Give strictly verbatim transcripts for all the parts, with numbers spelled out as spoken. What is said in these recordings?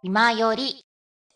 今より。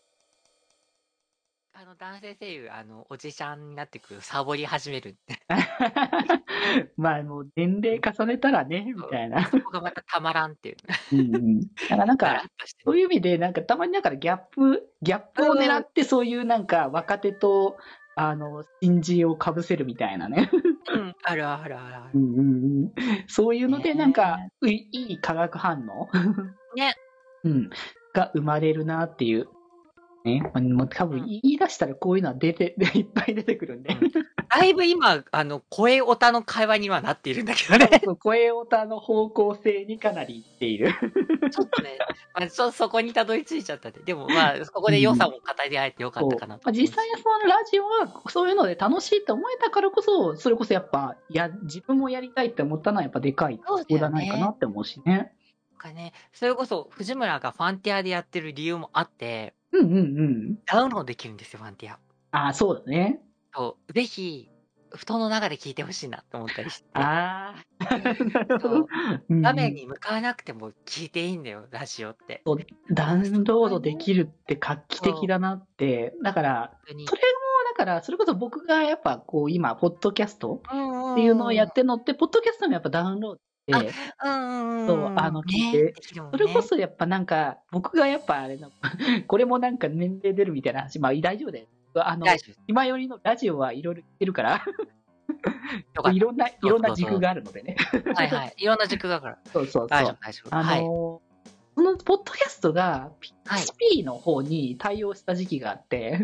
あの男性声優、あの、おじちゃんになってくる、サボり始めるって。 まあもう年齢重ねたらね、みそうたいな。 そこがまたたまらんっていう。 うんうん。だからなんだらか、 っとしてそうね。 いう意味で、なんかたまにだからギャップ、ギャップを狙うん。 ってそういうなんか若手と、あの、新人を被せるみたいなね。 うん、あるあるあるある。 うんうんうん。そういうのねでなんか、ういいい化学反応え。ね。 うん、が生まれるなっていう。ね。まあもう多分うん。 言い出したらこういうのは出て、いっぱい出てくるんで。 うん。だいぶ今、あの、声オタの会話にはなっているんだけどそうね。 そう、声オタの方向性にかなりいっている。 ちょっとね、まあ、ちょそこにたどり着いちゃったんで。でもまあ、そこうん。 で良さも語り合えてよかったそう。 かなとまあ、 思うし。 実際にそのラジオはそういうので楽しいって思えたからこそ、それこそやっぱ、や、自分もやりたいって思ったのはやっぱでかいそうだよとこじゃないかなね。 って思うしね。 かね、それこそ藤村がファンティアでやってる理由もあって、 うんうんうん。 ダウンロードできるんですよ、ファンティア。 ああ、そうだね。 そう、ぜひ、布団の中で聞いてほしいなと思ったりして。 ああ、なるほど。 そう、 うんうん画面に向かわなくても聞いていいんだよ、ラジオって。 そうダウンロードできるって画期そう、 的だなって。だから、 本当に。 それも、だから、それこそ僕がやっぱこう今、ポッドキャストうんっていうのをうんうん。 やってるのって、ポッドキャストもやっぱダウンロードあ、 で、 うんそう、 うんうん。 あの、聞いね、 て、 できるもそれこんね。 そやっぱなんか、僕がやっぱあれの、これもなんか年齢出るみたいな話、まあ大丈夫で、あの、 大丈夫。 今よりのラジオはいろいろ聞けるから、 よかった。 いろんな、いろんな軸があるのでね。 はいはい。いろんな軸だから。 そうそうそう。 大丈夫、大丈夫。 あの、 はい。 そのポッドキャストがはい。 ピーエイチピー の方に対応した時期があって、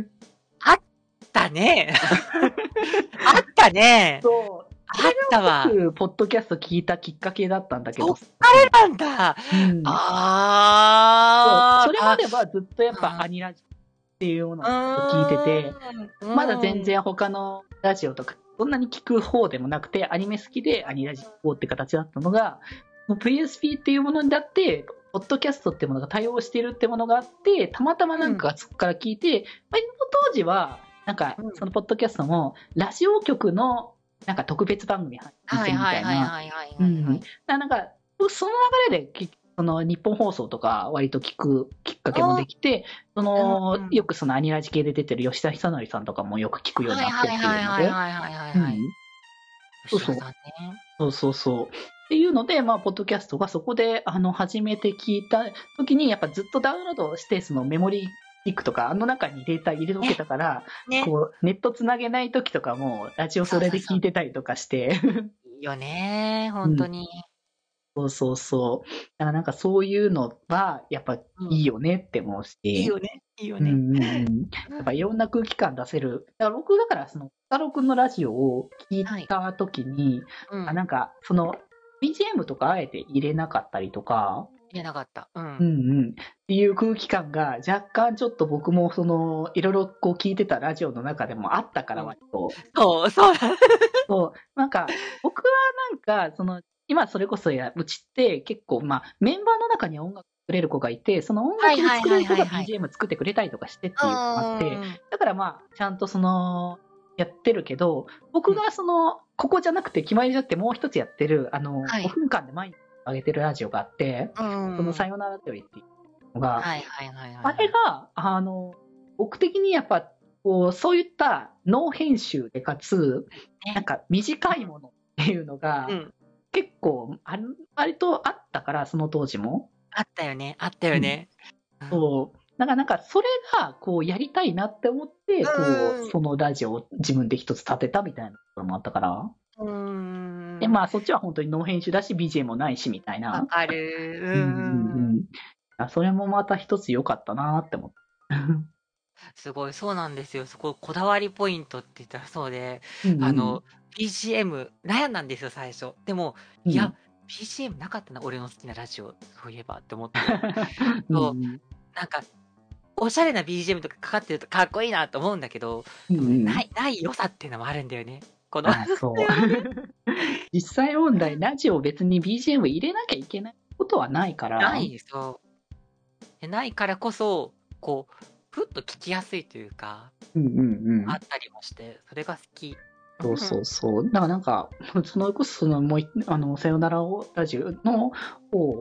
あったね。あったね。 そう。 あったわ。 僕、ポッドキャスト聞いたきっかけだったんだけど。 そっからなんだ。 うん。 あー。 そうそれまではずっとやっぱうんアニラジっていうものを聞いてて、 うーんまだ全然他のラジオとか、そんなに聞く方でもなくて、アニメ好きでアニラジ聞こうって形だったのが、ピーエスピー っていうものにだって、ポッドキャストってものが対応しているってものがあって、たまたまなんかそこから聞いて、まあ、当時は、なんかうん、 そのポッドキャストも、ラジオ局のなんか特別番組入ってるみたいな。 はいはいはいはいはいうん。 はい。 だからなんか、その流れでき、その日本放送とか割と聞くきっかけもできて、その、 うんよくそのアニラジ系で出てる吉田久典さんとかもよく聞くようになってっていうので。 はいはいはいはいはいはいはい。 うんそうそう吉田さんね。 そうそうそう。っていうので、まあ、ポッドキャストがそこで、あの、初めて聞いた時に、やっぱずっとダウンロードして、そのメモリースティックとか、あの中にデータ入れとけたから、 ね。 こう、ネットつなげない時とかも、ラジオそれで聞いてたりとかして。 いいよね、本当に。 そうそうそう。だからなんかそういうのは、やっぱいいよねって思うし。 いいよね、いいよね。 うんうんうん。やっぱいろんな空気感出せる。だから僕だからその、太郎くんのラジオを聞いた時に、 うん。 あなんかその、ビージーエム とかあえて入れなかったりとか、 入れなかった。うん。 うんうん。っていう空気感が若干ちょっと僕もその、いろいろこう聞いてたラジオの中でもあったから割と。 そう、そう。 そう。なんか、僕はなんか、その、今それこそや、うちって結構、まあ、メンバーの中に音楽作れる子がいて、その音楽を作れる子が ビージーエム 作ってくれたりとかしてっていうのがあって、だからまあ、ちゃんとその、やってるけど、僕がその、ここじゃなくて決まりじゃなくてもう一つやってる、あの、 はいごふんかんで毎日上げてるラジオがあって、 うん。 そのさよならテオリっていうのが、 はいはいはいはい。 あれが、あの、僕的にやっぱ、こう、そういったノー編集でかつ、 ねなんか短いものっていうのが、 うん。 結構ある、割とあったから、その当時も。 あったよね、あったよね。うんそう。だからなんか、それが、こう、やりたいなって思って、こうんう、そのラジオを自分で一つ立てたみたいなところもあったから。 うーん。 で、まあ、そっちは本当にノー編集だし、ビージーエム もないし、みたいな。 わかる。ううんうんうんん。あそれもまた一つ良かったなって思って。 すごい、そうなんですよ。そこ、こだわりポイントって言ったらそうで、 うんうんあの、ビージーエム、悩んだんですよ、最初。でも、 うんいや、ビージーエム なかったな、俺の好きなラジオ、そういえばって思って。 うんそうなんか、おしゃれな ビージーエム とかかかってるとかっこいいなと思うんだけど、 うんうんない、ない良さっていうのもあるんだよね。この、 あそう。実際問題、ラジオ別に ビージーエム 入れなきゃいけないことはないから。 ないそうで。ないからこそ、こう、ふっと聞きやすいというか、 うんうんうん。 あったりもして、それが好き。 そうそうそう。だからなんか、そのこそそのもうい、あの、さよならをラジオの方を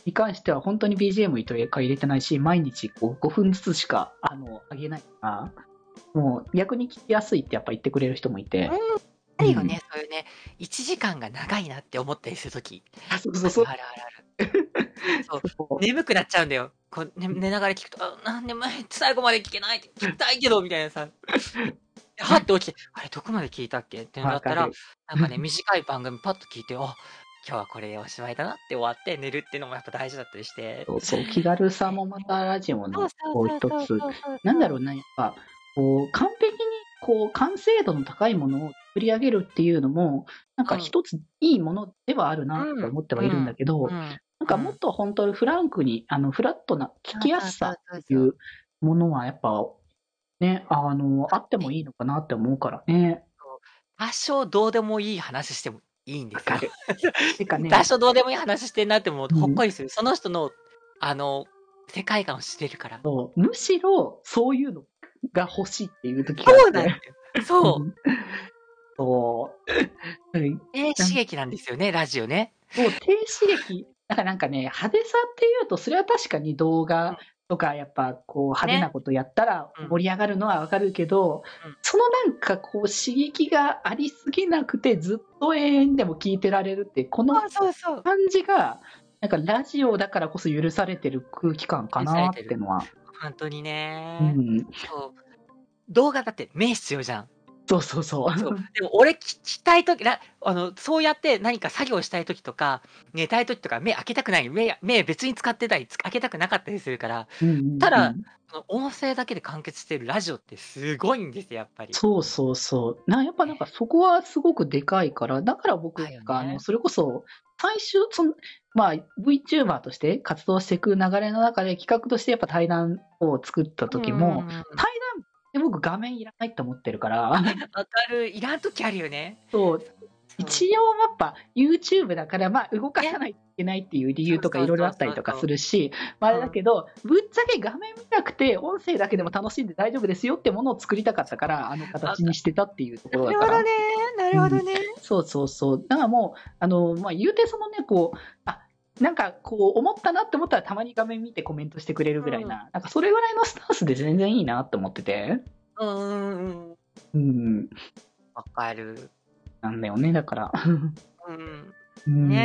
に関しては本当に ビージーエム というか入れてないし、毎日こうごふんずつしかあの上げないから、もう逆に聞きやすいってやっぱ言ってくれる人もいて。 うん。あるよね、そういうね、いちじかんが長いなって思ったりするとき。 あ、そうそうそう。 あるあるあるある。そう、 そう眠くなっちゃうんだよ。こう、ね、寝ながら聞くと、あ、なんで前、最後まで聞けないって聞きたいけど、みたいなさ。はって起きて、あれ、どこまで聞いたっけってなったら、 わかる。 なんかね、短い番組パッと聞いて、あ、今日はこれでおしまいだなって終わって寝るっていうのもやっぱ大事だったりして。 そうそう、気軽さね、 もまたラジオそうのそうそうこう一つ、 そうそうそうそう。 なんだろうな、やっぱ、こう、完璧に、こう、完成度の高いものを作り上げるっていうのも、なんうん。 か一ついいものではあるなうん。 と思ってはいるんだうん。 けど、 うん。 なんかもっうん。 と本当にフランクに、あの、フラットな聞そうきやそうそうすさそうそう。 っていうものはやっぱね、あの、あってもね、 いいのかなって思うからね。 そう。多少どうでもいい話してもいいんですよ。 わかる。てかね、 多少どうでもいい話してんなってもううん、 ほっこりする。その人の、あの、世界観を知れるから。 そうむしろそういうのが欲しいっていう時があっそうなんだて。 よ。そう。 うんそう。うん低なん刺激なんですよね、ラジオね。 そう、低刺激。だからなんかね、派手さっていうと、それは確かに動うん。 画とか、やっぱこう派手なね。 ことやったらうん。 盛り上がるのはわかるけど、 うん。 そのなんかこう刺激がありすぎなくてずっと永遠でも聞いてられるって、このそうそうそう。 感じが、なんかラジオだからこそ許されてる空気感かな許されてる。 ってのは。 ほんとにうね。 ん。 そう。動画だって目必要じゃん。 そうそうそそう。 う。 でも俺聞きたい時、らあの、そうやって何か作業したい時とか、寝たい時とか目開けたくない。目目別に使ってたり、つ開けたくなかったりするから、 うんうんただ、 うん。 その音声だけで完結してるラジオってすごいんですよ、やっぱり。 そうそうそう。な、やっぱなんかそこはすごくでかいから、だから僕だよが、あの、 ね。 それこそ、最初、その、まあ、VTuber として活動していく流れの中で企画としてやっぱ対談を作ったうん時も、 うんうん。 対談って僕画面いらないと思ってるから、 わかる。いらん時あるよね。 そう、 そう。 一応やっぱ YouTube だから、まあ動かさね。 ないといけないっていう理そう由とかいろいろあそうそうったりとかそうそう。 するし、まああれうん。 だけど、ぶっちゃけ画面見なくて音声だけでも楽しんで大丈夫ですよってものを作りたかったから、あのわか形にしてたっていうところだから。 なるほどね。なうん、 るほどね。 そうそうそう。だからもう、あの、まあ、言うてそのね、こう、あ、なんかこう思ったなって思ったらたまに画面見てコメントしてくれるぐらいうん。 な、なんかそれぐらいのスタンスで全然いいなって思ってて。 うんうんうん。 うん、 わかる。 なんだよね、だから。 うん。 うん、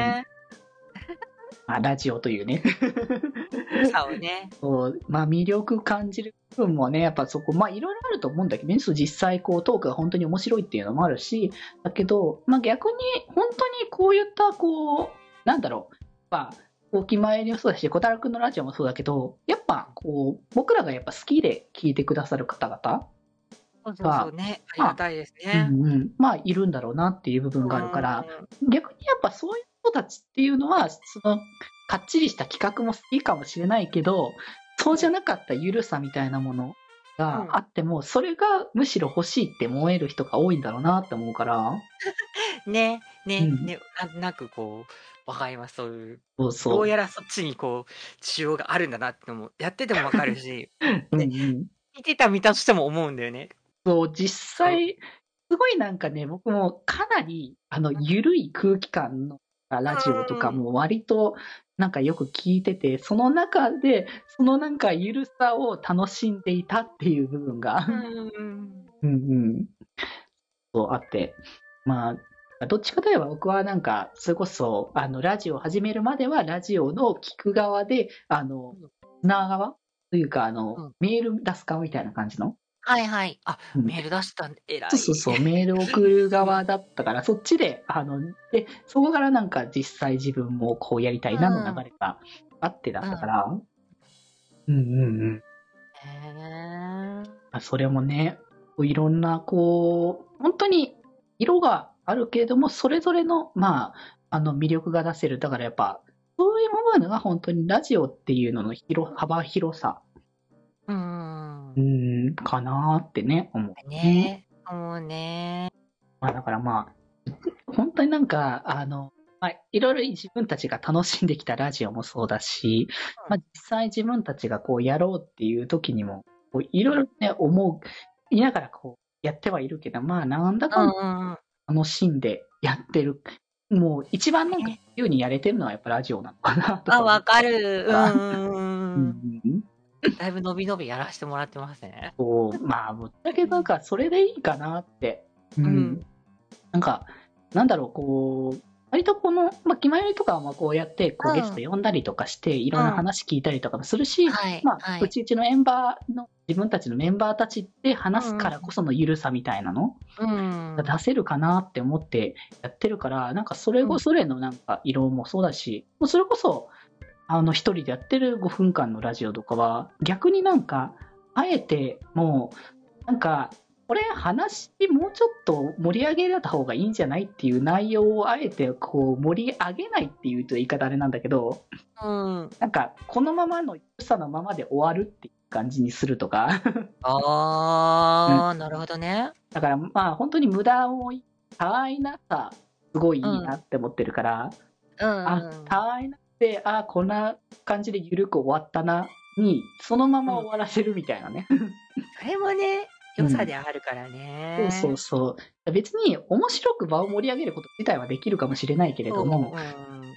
ね。 まあ、ラジオというね。 良さをね。 そう、まあ魅力感じる部分もね、やっぱそこ、まあいろいろあると思うんだけどね、そう実際こうトークが本当に面白いっていうのもあるし、だけど、まあ逆に本当にこういったこう、なんだろう、まあ、大き前にもそうだし、小太郎くんのラジオもそうだけど、やっぱこう、僕らがやっぱ好きで聞いてくださる方々 そうそうそが、 うね。ありまあ、 がたいですうね。 んうん、まあいるんだろうなっていう部分うがあるから、 ん。 逆にやっぱそういう人たちっていうのは、その、かっちりした企画も好きかもしれないけど、そうじゃなかった緩さみたいなものうん。 があっても、それがむしろ欲しいって思える人が多いんだろうなって思うから、 ね、ね、 うん、 ね、なんとなくこう、わかります。そういう、 そうそう。 どうやらそっちにこう、需要があるんだなってのも、やっててもわかるし、 うんうで、 ん。 見てた身としても思うんだよね。 そう、実そう。 際、すごいなんかね、僕もかなり、あの、ゆるい空気感のラジオとかうん。 も割となんかよく聞いてて、その中で、そのなんかゆるさを楽しんでいたっていう部分が、 うんうん。 うんうん、そうあって、まあ、どっちかといえば僕はなんか、それこそ、あの、ラジオを始めるまでは、ラジオの聞く側で、あの、 うん。 スナー側というか、あの、 うん。 メール出す側みたいな感じの、 はいはい。あ、 うん、 メール出したん偉い。 そうそうそう、メールを送るうん。 側だったから、そっちで、あの、で、そこからなんか実際自分もこうやりたいなのうん。 流れがあってだうん。 ったから、うんうんうん。 へえ。 あそれもね、こういろんな、こう、本当に色があるけれども、それぞれの、まあ、あの魅力が出せる。だからやっぱ、そういうものが本当にラジオっていうのの広、幅広さ、 うん。 うーん、かなーってね、思うね。 ね、そうね。 まあだからまあ、本当になんか、あの、まあ、いろいろ自分たちが楽しんできたラジオもそうだし、 うん。 まあ、実際自分たちがこうやろうっていう時にも、こういろいろね、思う、いながらこうやってはいるけど、まあなんだかんだうんうんうん。 楽しんでやってるもう一番なんかね自由にやれてるのはやっぱラジオなのかなとあ、 か思っわかる。うた。 んうんううんん。 うんだいぶ伸び伸びやらせてもらってますね。 そう、まあ、ぶっちゃけなんかそれでいいかなって。ううんん。 なんか、なんだろう、こう、割とこの、まあ、気まよりとかはまあこうやって、こうゲストうん。 呼んだりとかして、いろんなうん。 話聞いたりとかもするし、 はい。 まあ、 はい。 うちうちのメンバーの、自分たちのメンバーたちでう話すかんらこそのゆるさみたいなのうん。 が出せるかなって思ってやってるから、なんかそれうん。 ぞれのなんか色もそうだし、もうそれこそ、あの一人でやってるごふんかんのラジオとかは、逆になんか、あえてもう、なんか、これ話もうちょっと盛り上げた方がいいんじゃないっていう内容をあえてこう盛り上げないっていうと言い方あれなんだけど、 うん。 なんかこのままの良さのままで終わるっていう感じにするとか、うん、 ああ、なるほどね。 だからまあ本当に無駄をたわいなさ、すごいいいなうん。 って思ってるから、 うあ、 んうん。 たわいなくて、あ、こんな感じで緩く終わったな、に、そのままうん。 終わらせるみたいなね。 それもね、良さうん。 であるからそうそうね。 そう。別に面白く場を盛り上げること自体はできるかもしれないけれども、 そう、うん。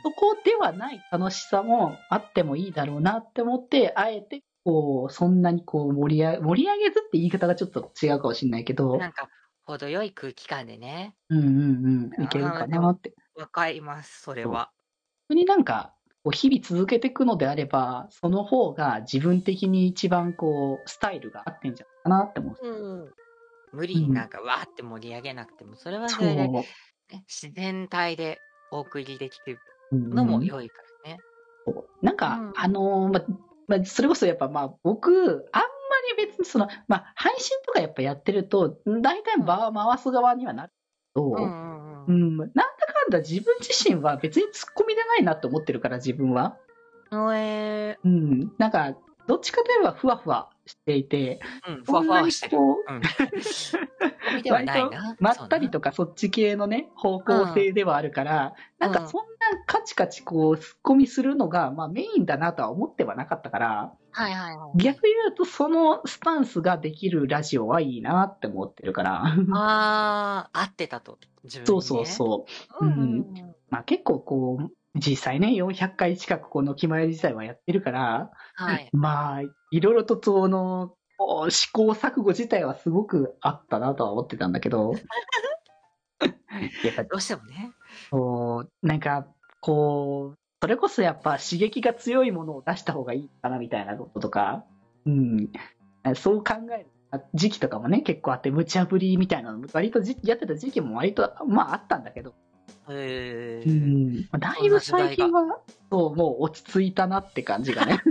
そこではない楽しさもあってもいいだろうなって思って、あえて、こう、そんなにこう盛り上げ、盛り上げずって言い方がちょっと違うかもしれないけど、 なんか、程よい空気感でね。 うんうんうん、いけるかああ、でも、 なって。 わかります、それそう。 は。 本当になんか、こう日々続けていくのであれば、その方が自分的に一番こう、スタイルが合ってんじゃないかなって思う。 うん。無理うん。 になんかわーって盛り上げなくても、それはそれで、 そね、自然体でお送りできてるう。うんのうん。 も良いからね。 そうなんか、 うん。 あのーま、ま、それこそやっぱまあ僕、あんまり別にその、まあ配信とかやっぱやってると、大体うん。 場を回す側にはなるけうんど、 うんうん。 うん、なんだかんだ自分自身は別に突っ込みでないなって思ってるから、自分は。 のえうん、なんか、どっちかといえばふわふわしていて、 ー、うん、ふわふそんなにわはしてる。 こう、 うん。ゴミでは割とないな。 まったりそうな。 とかそっち系のね、方向うん。 性ではあるから、なんかうん。 そんなカチカチこう、突っ込みするのが、まあメインだなとは思ってはなかったから、 はいはいはいはい。 逆に言うとそのスタンスができるラジオはいいなって思ってるから。 ああ、合ってたと。自そうそう分にね。 そう。 うんううん。 んうん。 まあ結構こう、実際ね、よんひゃっかい近くこの決まり自体はやってるから、 はい。 まあ、いろいろとその、こう試行錯誤自体はすごくあったなとは思ってたんだけど、やっぱどうしてもね。 こう、なんか、こう、それこそやっぱ刺激が強いものを出した方がいいかなみたいなこととか、うん、そう考える時期とかもね、結構あって、無茶ぶりみたいなの、割とじやってた時期も割と、まああったんだけど、うへえ。 ん、まあだそんないぶ時代が。 最近は、そう、もう落ち着いたなって感じがね。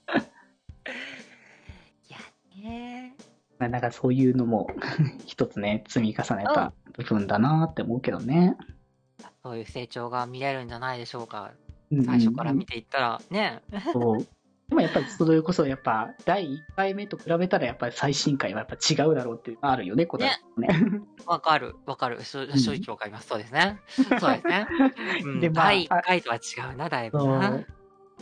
いやね。 なんかそういうのも一つね、積み重ねうん。 た部分だなって思うけどね。 そういう成長が見れるんじゃないでしょうか。 うんうん最初からうん。 見ていったらね。 そう。でもやっぱりそれこそやっぱだいいっかいめと比べたらやっぱり最新回はやっぱ違うだろうっていうのがあるよね、こだわね。 りもね。 わかる。わかる。しょうん。 正直わかります。そうですね。そうですね。うで、 ん。第1 まあ、あ回とは違うな、だいぶな。 そう、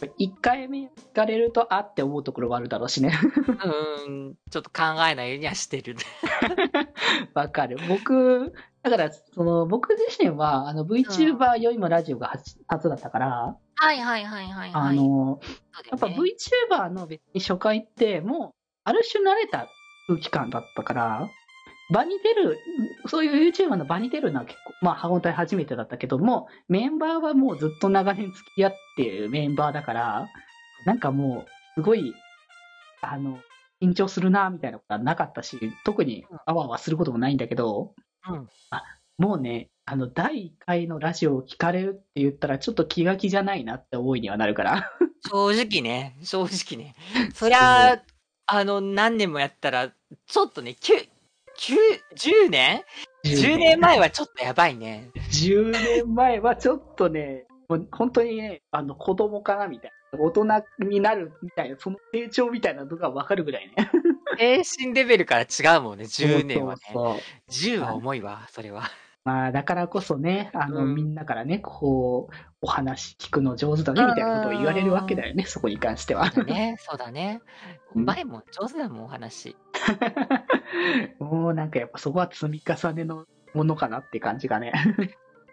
いっかいめ聞かれるとあって思うところはあるだろうしね。 うーん。ちょっと考えないようにはしてる。 わかる。僕、だから、その、僕自身は、あの、 うん。 VTuber よりもラジオが初初だったから、 はいはいはいはいあはい。 の、やっぱそうだよね。 VTuber の別に初回って、もう、ある種慣れた空気感だったから、場に出る、そういう YouTuber の場に出るのは結構、まあ、本当に初めてだったけども、メンバーはもうずっと長年付き合ってるメンバーだから、なんかもう、すごい、あの、緊張するな、みたいなことはなかったし、特にうん。 あわあわすることもないんだけど、 うん。 あ、もうね、あの、だいいっかいのラジオを聞かれるって言ったら、ちょっと気が気じゃないなって思いにはなるから。 正直ね、正直ね。そりそう。 ゃ、あの、何年もやったら、ちょっとね、きゅう、きゅう、じゅうねん 10 ?じゅう年。 年前はちょっとやばいね。 じゅうねんまえはちょっとね、もう本当にね、あの、子供かなみたいな。大人になるみたいな、その成長みたいなのがわかるぐらいね。 精神レベルから違うもんね、10 そうそう年はね。 そう。 じゅうはまあ、 重いわ、それは。 まあ、だからこそね、あの、みうん。 んなからね、こう、お話聞くの上手だうね、みたいなことを言われるわけんうん。 だよね、そこに関してそうは。 だね、そうだね。ううんまいもん、上手だもん、お話。 もうなんかやっぱそこは積み重ねのものかなって感じがね。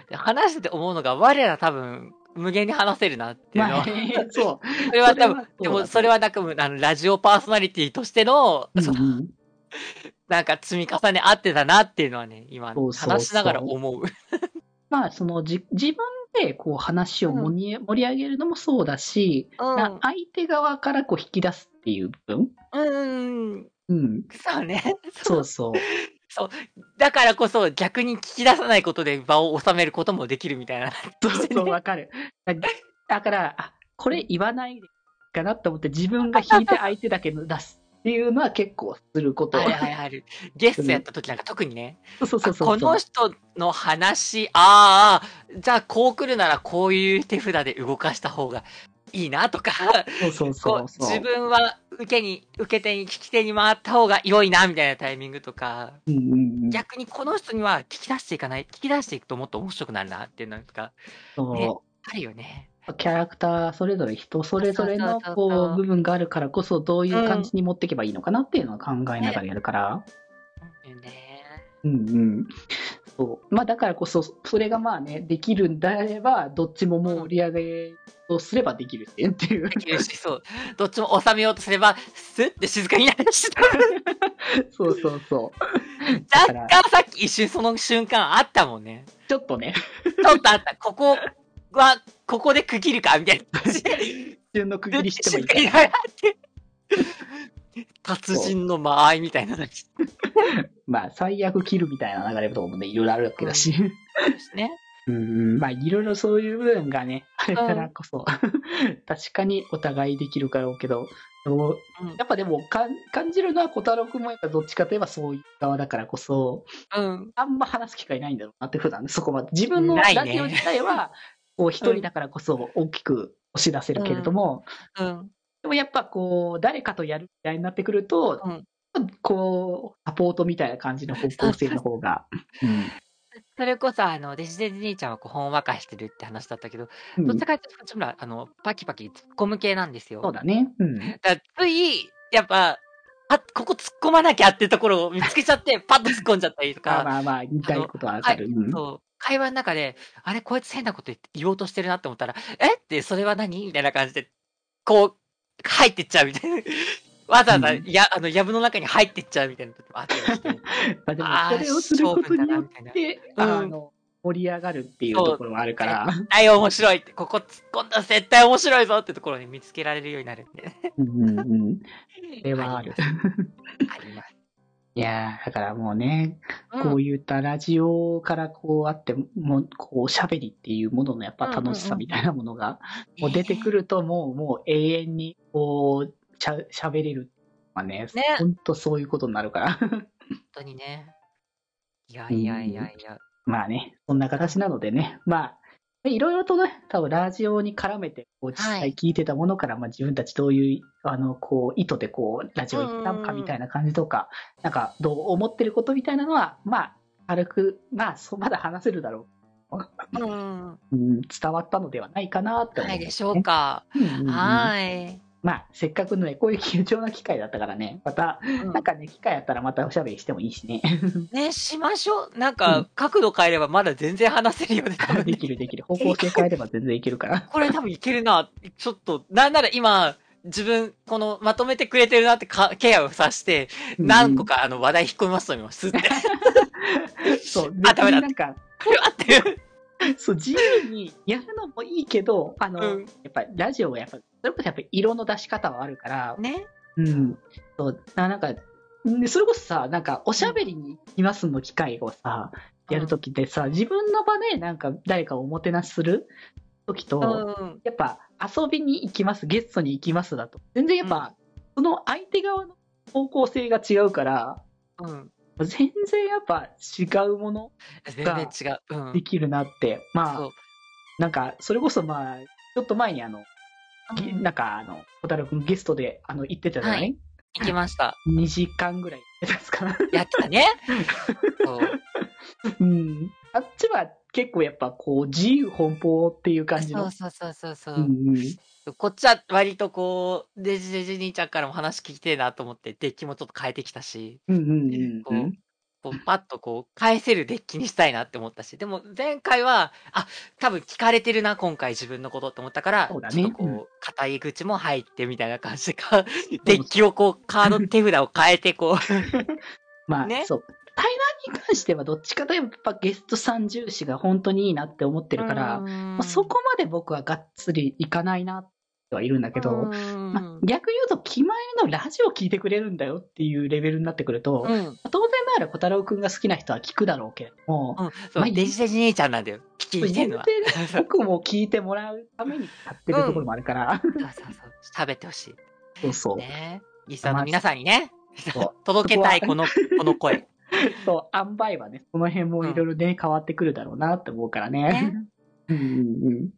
で話してて思うのが、我ら多分、無限に話せるなっていうのまあ、 は。 そう。 それは多分、でもそれはそうだと思うそれはなんか、あの、ラジオパーソナリティとしての、その、 うんうん。 なんか積み重ねあってたなっていうのはね、今そうそう話しながらそう。 思う。 まあ、そのじ、自分でこう話をうん。 盛り盛り上げるのもそうだし、 う。 なん相手側からこう引き出すっていう部分。 うんうんうん。 うん。 そうね。そう。 そうそう。 そう。だからこそ逆に聞き出さないことで場を収めることもできるみたいな。 そうそう、わかる。だだから、あ、これ言わないでかなと思って自分が引いて相手だけ出すっていうのは結構すること。 はいはいはい。ゲストやった時なんか特にね。 そうそうあ、 そうそう。 この人の話、ああ、じゃあこう来るならこういう手札で動かした方がいいなとか、 そうそうこそうう自そ分は受けに、受け手に、聞き手に回った方が良いなみたいなタイミングとか、 う。うんうんうん。 逆にこの人には聞き出していかない、聞き出していくともっと面白くなるなっていうのが、ね、 そあるよね。 う。キャラクターそれぞれ人それぞれのそうそうこうそう部分があるからこそどういう感うん。 じに持っていけばいいのかなっていうのを考えながね。 らやるから。 うんね。 うんうん。そう。まあだからこそ、それがまあね、できるんであれば、どっちももううん。 盛り上げをすればできるっていう。 できるし、そう。どっちも収めようとすれば、スッて静かになるし、 そうそうそう。だか若ら、 干さっき一瞬その瞬間あったもんね。 ちょっとね、 ちょっとあった。ここは、ここで区切るかみたいな感じで。 一瞬の区切りしてもい静いかな。 かになるって。達人の間合いみたいなのに。 まあ、最悪切るみたいな流れとかもね、いろいろあるわけだし。 そうですね。 うん、まあ、いろいろそういう部分がね、あるからうん。 こそ、確かにお互いできるかろうけど、でもうん。 やっぱでもかん感じるのは小太郎くんもやっぱどっちかといえばそういう側だからこそ、 うん。 あんま話す機会ないんだろうなって普段そこまで。自分のないラジオね。 自体は、こう一うん。 人だからこそ大きく押し出せるけれどうん。 も、 うん。 でもやっぱこう、誰かとやるみたいになってくると、 うん。 こう、サポートみたいな感じの方向性そうそう。 の方が、うん。 それこそ、あの、デジデジ兄ちゃんはこう、ほんわかしてるって話だったけど、どっちうん。 かっていうと、こっちもあの、パキパキ突っ込む系なんですよ。 そうだね。うん。 だからつい、やっぱ、あ、ここ突っ込まなきゃっていうところを見つけちゃって、パッと突っ込んじゃったりとまあか、 まあまあ、言いあの、 たいことはわはい、 かる。うん。 そう、会話の中で、あれ、こいつ変なこと言って言おうとしてるなって思ったら、えって、それは何みたいな感じで、こう、入ってっちゃうみたいな。わざわざ、 うん。 や、あの、藪の中に入ってっちゃうみたいな時もあったりして、 まあでも、 ああ、 それをする勝負だな、 ことによっみたいな。 て、 うん。 あの、盛り上がるっていうとそう、 ころはあるか絶ら。 対面白いって、ここ突っ込んだら絶対面白いぞってところに見つけられるようになるんで。 うんうんうん。それはある。 あります。あります。 いやー、だからもうね、 うん。 こういったラジオからこうあって、もう、こう喋りっていうもののやっぱうんうん楽しさうんうん。 みたいなものが、もう出てくねるともう、もう永遠にこう、しゃ、喋れる。まあね、 え。ね。 ほんとそういうことになるから。 本当にね。いやういやいやん。 いや。 まあね、そんな形なのでね、まあ、いろいろとね、多分ラジオに絡めて、こう実はい。 際聞いてたものから、まあ自分たちどういう、あの、こう、意図でこう、ラジオうん行ったのかうんうん。 みたいな感じとか、なんか、どう思ってることみたいなのは、まあ、軽く、まあ、そうまだ話せるだろう。 うんうん。 うん、伝わったのではないかなって思うないでしょうね。 か。 うんうんうん。 はい。 まあ、せっかくのね、こういう貴重な機会だったからね、また、 うん。 なんかね、機会あったらまたおしゃべりしてもいいしね。 ね、しましょう。なんか、 うん。 角度変えればまだ全然話せるよね、多分でね。 きるできる。方向性変えれば全然いけるから。 これ多分いけるな。ちょっと、なんなら今、自分、この、まとめてくれてるなってか、ケアをさして、 うんう何個ん。 かあの話題引っ込みますと思います。って。 そう、 あ、 別ダメだって。 になんか、 これはっていう。 そう、自由にやるのもいいけど、あの、 うん。 やっぱりラジオはやっぱ、それこそやっぱり色の出し方はあるから、 ね。 うん。そう、ななんか、んそれこそさ、なんか、おしうん。 ゃべりに行きますの機会をさ、やるとうん。 きってさ、自分の場でなんか誰かをおもてなしするときうと、 ん。 やっぱ遊びに行きます、ゲストに行きますだと、全然やっうん。 ぱ、その相手側の方向性が違うから、 うん。 全然やっぱ違うもの全然が違う。うん。 できるなって。まあ、 そう。 なんか、それこそまあ、ちょっと前にあの、ぎなうん。 んかあの、小太郎くんゲストであの、行ってたじゃはい。 ない行きました。 ?に 時間ぐらいやってたんですかやってたね。そう。 うん。あっちは結構やっぱこう、自由奔放っていう感じの。 そうそうそうそうそうう。 んうん。 こっちは割とこう、デジデジ兄ちゃんからも話聞きてえなと思って、デッキもちょっと変えてきたし、 うんうんうんうこう、 ん。 こう、パッとこう、返せるデッキにしたいなって思ったし、でも前回は、あ、多分聞かれてるな、今回自分のことって思ったから、 そうだねちょっとこう、 うん硬い口も入ってみたいな感じでか、デッキをこう、カード手札を変えてこう、 まあ、 ねそう。対談に関してはどっちかといえばやっぱゲストさん重視が本当にいいなって思ってるから、まあ、そこまで僕はがっつりいかないなってはいるんだけど、まあ、逆言うと、気前のラジオ聞いてくれるんだよっていうレベルになってくると、 うん。 まあ当然ながら小太郎くんが好きな人は聞くだろうけれども、 うん。そう、 まあデジデジ兄ちゃんなんだよ。聞いてんのは。 言うてね僕も聞いてもらうためにやってるところもあるから、 そうそうそう。食べてほしい。 そうそう。 ねリスナーの皆さんにね、 そう届けたいそこの、この声。 そう、塩梅はね、その辺もいろいろね、変わってくるだろうなって思うからね。 ねうんうんうん。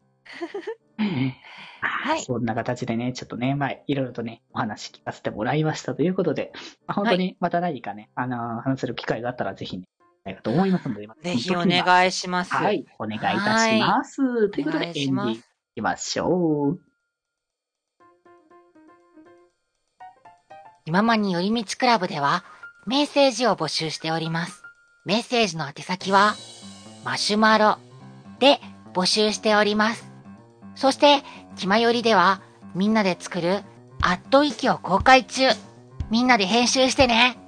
はいそんな形でね、ちょっとね、まあ、いろいろとね、お話聞かせてもらいましたということで、まあ、本当にまた何かね、あのー話せる機会があったらぜひね、ないかと思いますので、 ぜひお願いします。 はい、お願いいたします。ということで、 お願いしますエンディングいきましょう。 気ままに寄り道クラブではメッセージを募集しております。メッセージの宛先はマシュマロで募集しております。そして気まよりではみんなで作るアットウィキを公開中。みんなで編集してね。